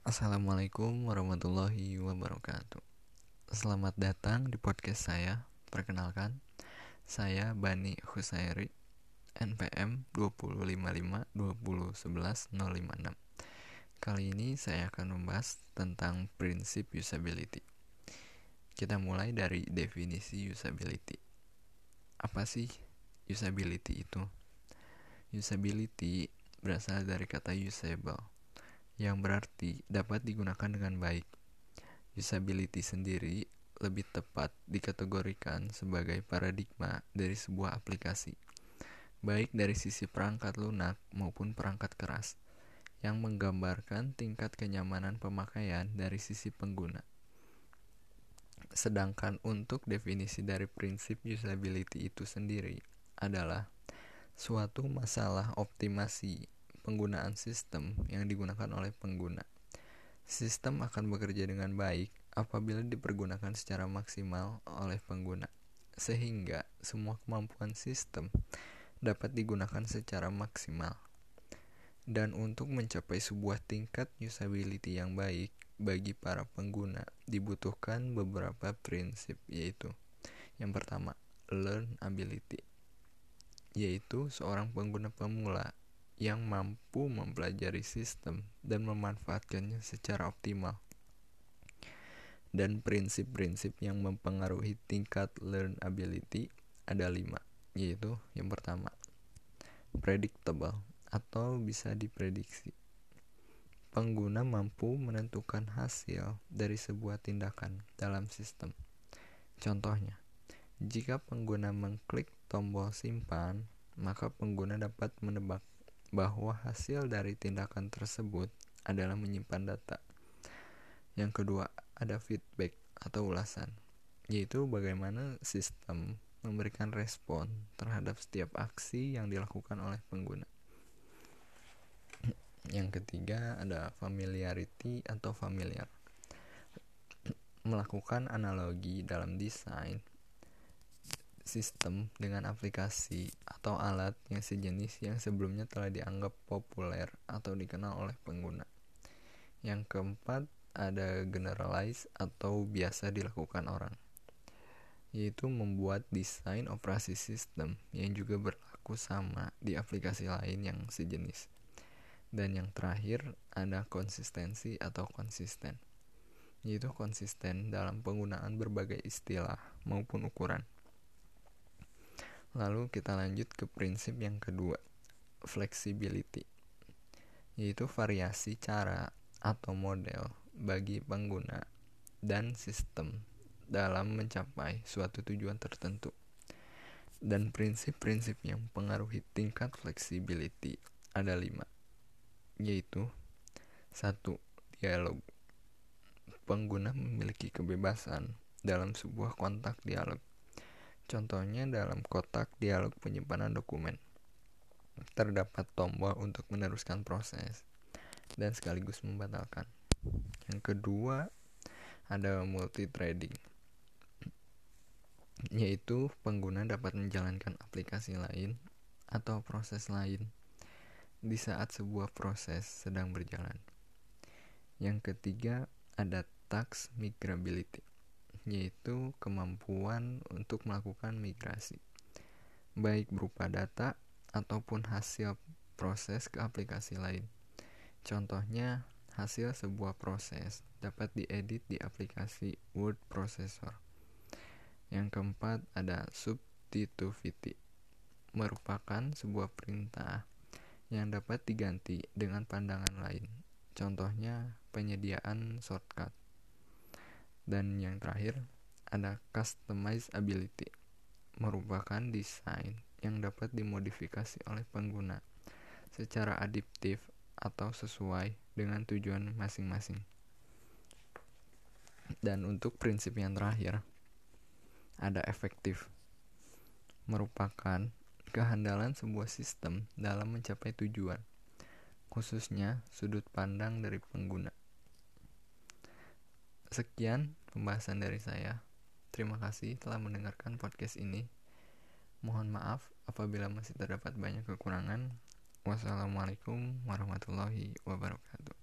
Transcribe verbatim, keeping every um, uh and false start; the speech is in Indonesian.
Assalamualaikum warahmatullahi wabarakatuh. Selamat datang di podcast saya. Perkenalkan, saya Bani Husairi, N P M dua nol lima lima dua nol satu satu nol lima enam. Kali ini saya akan membahas tentang prinsip usability. Kita mulai dari definisi usability. Apa sih usability itu? Usability berasal dari kata usable, yang berarti dapat digunakan dengan baik. Usability sendiri lebih tepat dikategorikan sebagai paradigma dari sebuah aplikasi, baik dari sisi perangkat lunak maupun perangkat keras, yang menggambarkan tingkat kenyamanan pemakaian dari sisi pengguna. Sedangkan untuk definisi dari prinsip usability itu sendiri adalah suatu masalah optimasi penggunaan sistem yang digunakan oleh pengguna. Sistem akan bekerja dengan baik apabila dipergunakan secara maksimal oleh pengguna, sehingga semua kemampuan sistem dapat digunakan secara maksimal. Dan untuk mencapai sebuah tingkat usability yang baik bagi para pengguna, dibutuhkan beberapa prinsip, yaitu yang pertama, learn ability, yaitu seorang pengguna pemula yang mampu mempelajari sistem dan memanfaatkannya secara optimal. Dan prinsip-prinsip yang mempengaruhi tingkat learn ability ada lima, yaitu yang pertama, predictable atau bisa diprediksi. Pengguna mampu menentukan hasil dari sebuah tindakan dalam sistem. Contohnya, jika pengguna mengklik tombol simpan, maka pengguna dapat menebak bahwa hasil dari tindakan tersebut adalah menyimpan data. Yang kedua, ada feedback atau ulasan, yaitu bagaimana sistem memberikan respon terhadap setiap aksi yang dilakukan oleh pengguna. Yang ketiga, ada familiarity atau familiar, melakukan analogi dalam desain sistem dengan aplikasi atau alat yang sejenis yang sebelumnya telah dianggap populer atau dikenal oleh pengguna. Yang keempat, ada generalize atau biasa dilakukan orang, yaitu membuat desain operasi sistem yang juga berlaku sama di aplikasi lain yang sejenis. Dan yang terakhir, ada konsistensi atau konsisten, yaitu konsisten dalam penggunaan berbagai istilah maupun ukuran. Lalu kita lanjut ke prinsip yang kedua, flexibility, yaitu variasi cara atau model bagi pengguna dan sistem dalam mencapai suatu tujuan tertentu. Dan prinsip-prinsip yang mempengaruhi tingkat flexibility ada lima, yaitu satu, dialog. Pengguna memiliki kebebasan dalam sebuah kontak dialog. Contohnya dalam kotak dialog penyimpanan dokumen, terdapat tombol untuk meneruskan proses dan sekaligus membatalkan. Yang kedua, ada multithreading, yaitu pengguna dapat menjalankan aplikasi lain atau proses lain di saat sebuah proses sedang berjalan. Yang ketiga, ada task migrability, yaitu kemampuan untuk melakukan migrasi, baik berupa data ataupun hasil proses ke aplikasi lain. Contohnya, hasil sebuah proses dapat diedit di aplikasi word processor. Yang keempat, ada substitutivity, merupakan sebuah perintah yang dapat diganti dengan pandangan lain. Contohnya, penyediaan shortcut. Dan yang terakhir, ada customizability, merupakan desain yang dapat dimodifikasi oleh pengguna secara adaptif atau sesuai dengan tujuan masing-masing. Dan untuk prinsip yang terakhir, ada efektif, merupakan kehandalan sebuah sistem dalam mencapai tujuan, khususnya sudut pandang dari pengguna. Sekian pembahasan dari saya. Terima kasih telah mendengarkan podcast ini. Mohon maaf apabila masih terdapat banyak kekurangan. Wassalamualaikum warahmatullahi wabarakatuh.